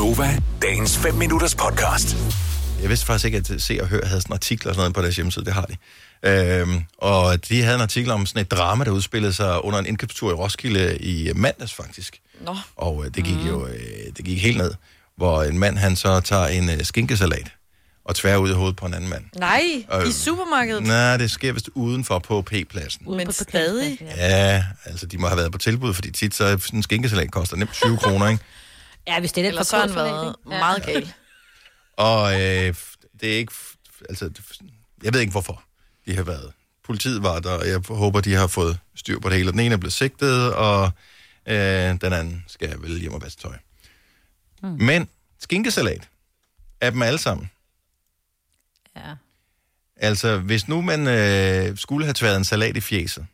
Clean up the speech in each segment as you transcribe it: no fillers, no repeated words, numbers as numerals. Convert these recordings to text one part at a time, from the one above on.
Gonova, dagens 5 minutters podcast. Jeg vidste faktisk ikke, at Se og Hør havde sådan artikler og sådan noget på deres hjemmeside. Det har de. Og de havde en artikel om sådan et drama, der udspillede sig under en indkøbstur i Roskilde i mandags faktisk. Nå. Og det gik jo det gik helt ned, hvor en mand han så tager en skinkesalat og tværer ud i hovedet på en anden mand. Nej, i supermarkedet? Nej, det sker vist udenfor på P-pladsen. Men stadig? Ja, altså de må have været på tilbud, fordi tit så sådan en skinkesalat koster nemt 20 kroner, ikke? Ja, hvis det er lidt Eller så har han været meget gal. Og det er ikke... Altså, jeg ved ikke, hvorfor de har været. Politiet var der, og jeg håber, de har fået styr på det hele. Den ene er blevet sigtet, og den anden skal vel hjem og vaske tøj. Men skinkesalat er dem alle sammen. Ja. Altså, hvis nu man skulle have tværet en salat i fjeset,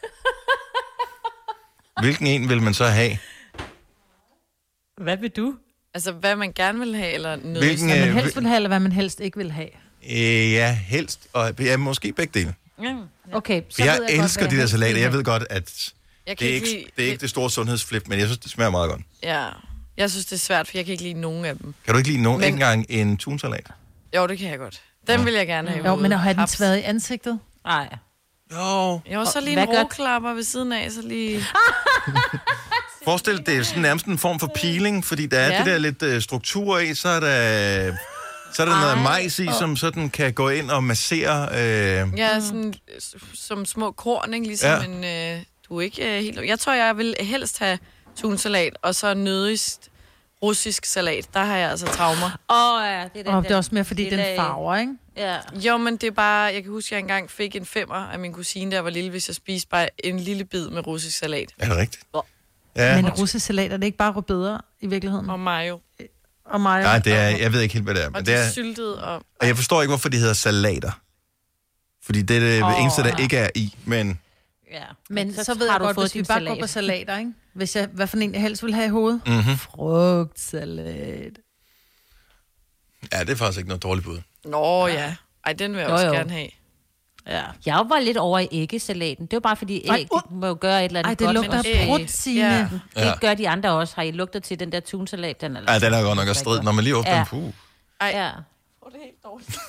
hvilken en vil man så have? Hvad vil du? Altså, hvad man gerne vil have, eller noget? Hvilken, Hvad man helst vil have, eller hvad man helst ikke vil have. Ja, helst. Og ja, måske begge dele. Okay, så Jeg ved jeg elsker godt, de der helst salater. vil Jeg have. ved godt, at Jeg det er ikke det store sundhedsflip, men jeg synes, det smager meget godt. Ja, jeg synes, det er svært, for jeg kan ikke lide nogen af dem. Kan du ikke lide nogen? Men- Ikke engang en tunsalat? Jo, det kan jeg godt. Den vil jeg gerne have. i Jo, men hovedet. at have den Haps. tværet i ansigtet? Nej. Jo. Jo, så lige Hvad en gør- råklapper ved siden af, så lige... Forestil dig, det er sådan nærmest en form for peeling, fordi der er Ja. det der lidt struktur i, så er der noget majs i, som sådan kan gå ind og massere. Ja, sådan som små korn, ikke? Ligesom Ja. du er ikke helt... Jeg tror, jeg vil helst have tunsalat, og så nødigst russisk salat. Der har jeg altså traumer. Ja, det er den Og det er der også mere, fordi den lille- farver, ikke? Ja. Jo, men det er bare... Jeg kan huske, at jeg engang fik en 5'er af min kusine, der var lille, hvis jeg spiste bare en lille bid med russisk salat. Er det rigtigt? Hvor? Ja. Men russisk salat, er det ikke bare rødbeder i virkeligheden? Og mayo. Og mig. Nej, det er, jeg ved ikke helt, hvad det er. Og Men det det er er syltet og... og jeg forstår ikke, hvorfor de hedder salater. Fordi det er det eneste, der ikke er i, men... Ja. Men så ved har jeg du godt, fået hvis vi din bare salat. går på salater, ikke? Hvis jeg, hvad for en jeg helst vil have i hovedet? Mm-hmm. Frugtsalat. Ja, det er faktisk ikke noget dårligt bud. Nå ja. Ej, den vil jeg Jo, også jo. gerne have. Ja. Jeg var lidt over i æggesalaten. Det var bare fordi æg, det må jo gøre et eller andet Ej, det godt. lugter men af også- brudt, Signe. Ja. Det Ja. gør de andre også. Har I lugtet til den der tunsalat? Den Ja, den er godt nok at strid, når man lige åbner Ja. den. Puh. Ej, Ja. det er helt dårligt.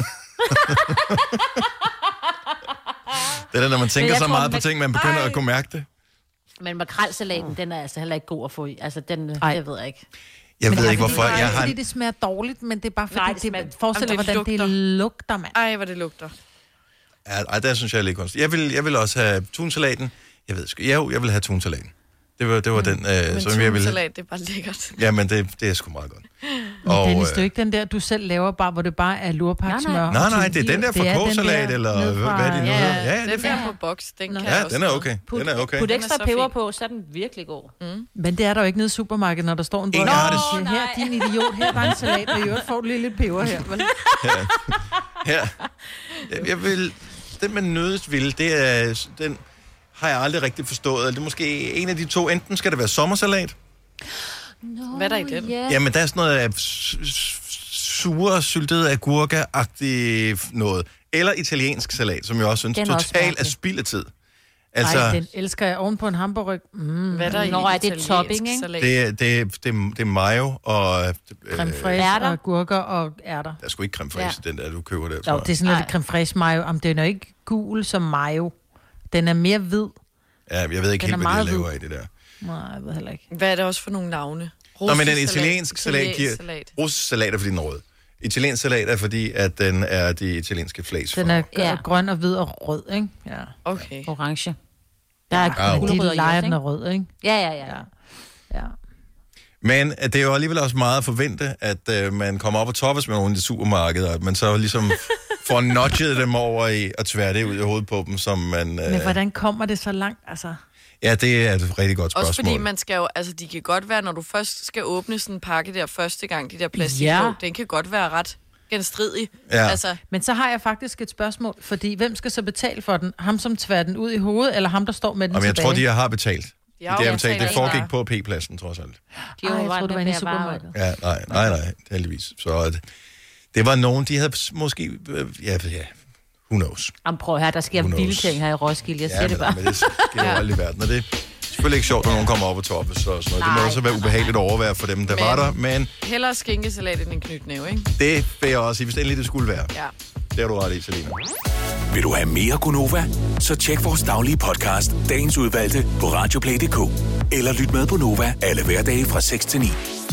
Det er det, når man tænker jeg så tror, meget på man- ting, man begynder at kunne mærke det. Men makrelsalaten, den er altså heller ikke god at få i. Altså, den, Ej. jeg ved ikke. Jeg Men ved det er ikke, fordi- hvorfor. Nej, Jeg har fordi en... det smager dårligt, men det er bare fordi, Nej, det det smager- forestiller Jamen, det hvordan det lugter, mand. Ej, hvor det lugter. Ja, ej, der synes jeg er lidt kunstigt. Jeg vil også have tunsalaten. Jeg ved sgu... Jo, jeg vil have tunsalaten. Det var den, Men som jeg ville... tunsalat, det er bare lækkert. Ja, men det er sgu meget godt. Men Dennis, det er jo ikke den der, du selv laver, bare hvor det bare er lurpaksmør. Nej, det er den der fra K-salat, eller hvad er det nu? Ja, hedder? Ja, det er Den fint. er på boks, den kan Ja, jeg også. den er okay. Den er okay. Put Den er ekstra så peber fin. på, så er den virkelig god. Men det er der jo ikke nede i supermarkedet, når der står en Ingen har det. Siger, her, din idiot, her var en salat, og i øvrigt får du lige lidt peber her. vel? Her. Jeg vil... Den med nødest vil, det er... Den har jeg aldrig rigtig forstået. Det er måske en af de to. Enten skal det være sommersalat. Hvad er der i den? Ja. Jamen, der er sådan noget af sure, syltede agurker-agtigt noget. Eller italiensk salat, som jeg også synes Den er også totalt er mærkelig. spild af tid. Altså, Altså, den elsker jeg oven på en hamburg. Hvad er der i Nå, er det italiensk topping, ikke? salat? det er mayo og... Creme fraiche ærter. og gurker og ærter. der er sgu ikke creme fraiche, den der, du køber der, tror Jo, jeg. det er sådan lidt creme fraiche mayo. Jamen, den er ikke gul som mayo. Den er mere hvid. Ja, jeg ved ikke Den helt, er hvad de meget laver i det der. Nej, jeg ved heller ikke. Hvad er det også for nogle navne? Nå, men den Russisk italienske salat giver... salat. Russisk salat er, fordi den er rød. Italiensk salat er, fordi at den er de italienske flæs. Den er Ja. grøn og hvid og rød, ikke? Ja. Okay. Orange. Der er Ja, gulerødder De i leger også, den ikke? er rød, ikke? Ja. Ja. Men det er jo alligevel også meget at forvente, at man kommer op og toppes med nogle af de supermarkeder, at man så ligesom får nudget dem over i at tvære det ud i hovedet på dem, som man... Men hvordan kommer det så langt, altså? Ja, det er et rigtig godt spørgsmål. Også fordi man skal jo, altså de kan godt være, når du først skal åbne sådan en pakke der første gang, de der plastik Ja. den kan godt være ret genstridig. Ja. Altså, Men så har jeg faktisk et spørgsmål, fordi hvem skal så betale for den? Ham, som tværer den ud i hovedet, eller ham, der står med den Jamen, jeg tilbage? tror, de har betalt. de har Det jo er betalt. Det betalt foregik bare. på P-pladsen, trods alt. De er jo jeg vant troede, du var med inde i at bare- supermarkedet. Ja, nej, heldigvis. Så det var nogen, de havde måske... Ja, who knows. Jamen prøv her, der sker Who knows? vilde ting her i Roskilde, jeg siger Ja, det bare. men det sker jo aldrig i verden. Og det selvfølgelig ikke sjovt, når nogen kommer op og toppes og sådan noget. Det må også være ubehageligt at overvære for dem, der var der. Men hellere skinkesalat end en knytnæve, ikke? det vil jeg også sige, hvis endelig det skulle være. Ja. Det har du ret i, Selina. Vil du have mere Gunova? Så tjek vores daglige podcast, dagens udvalgte, på radioplay.dk. Eller lyt med på Nova alle hverdage fra 6 til 9.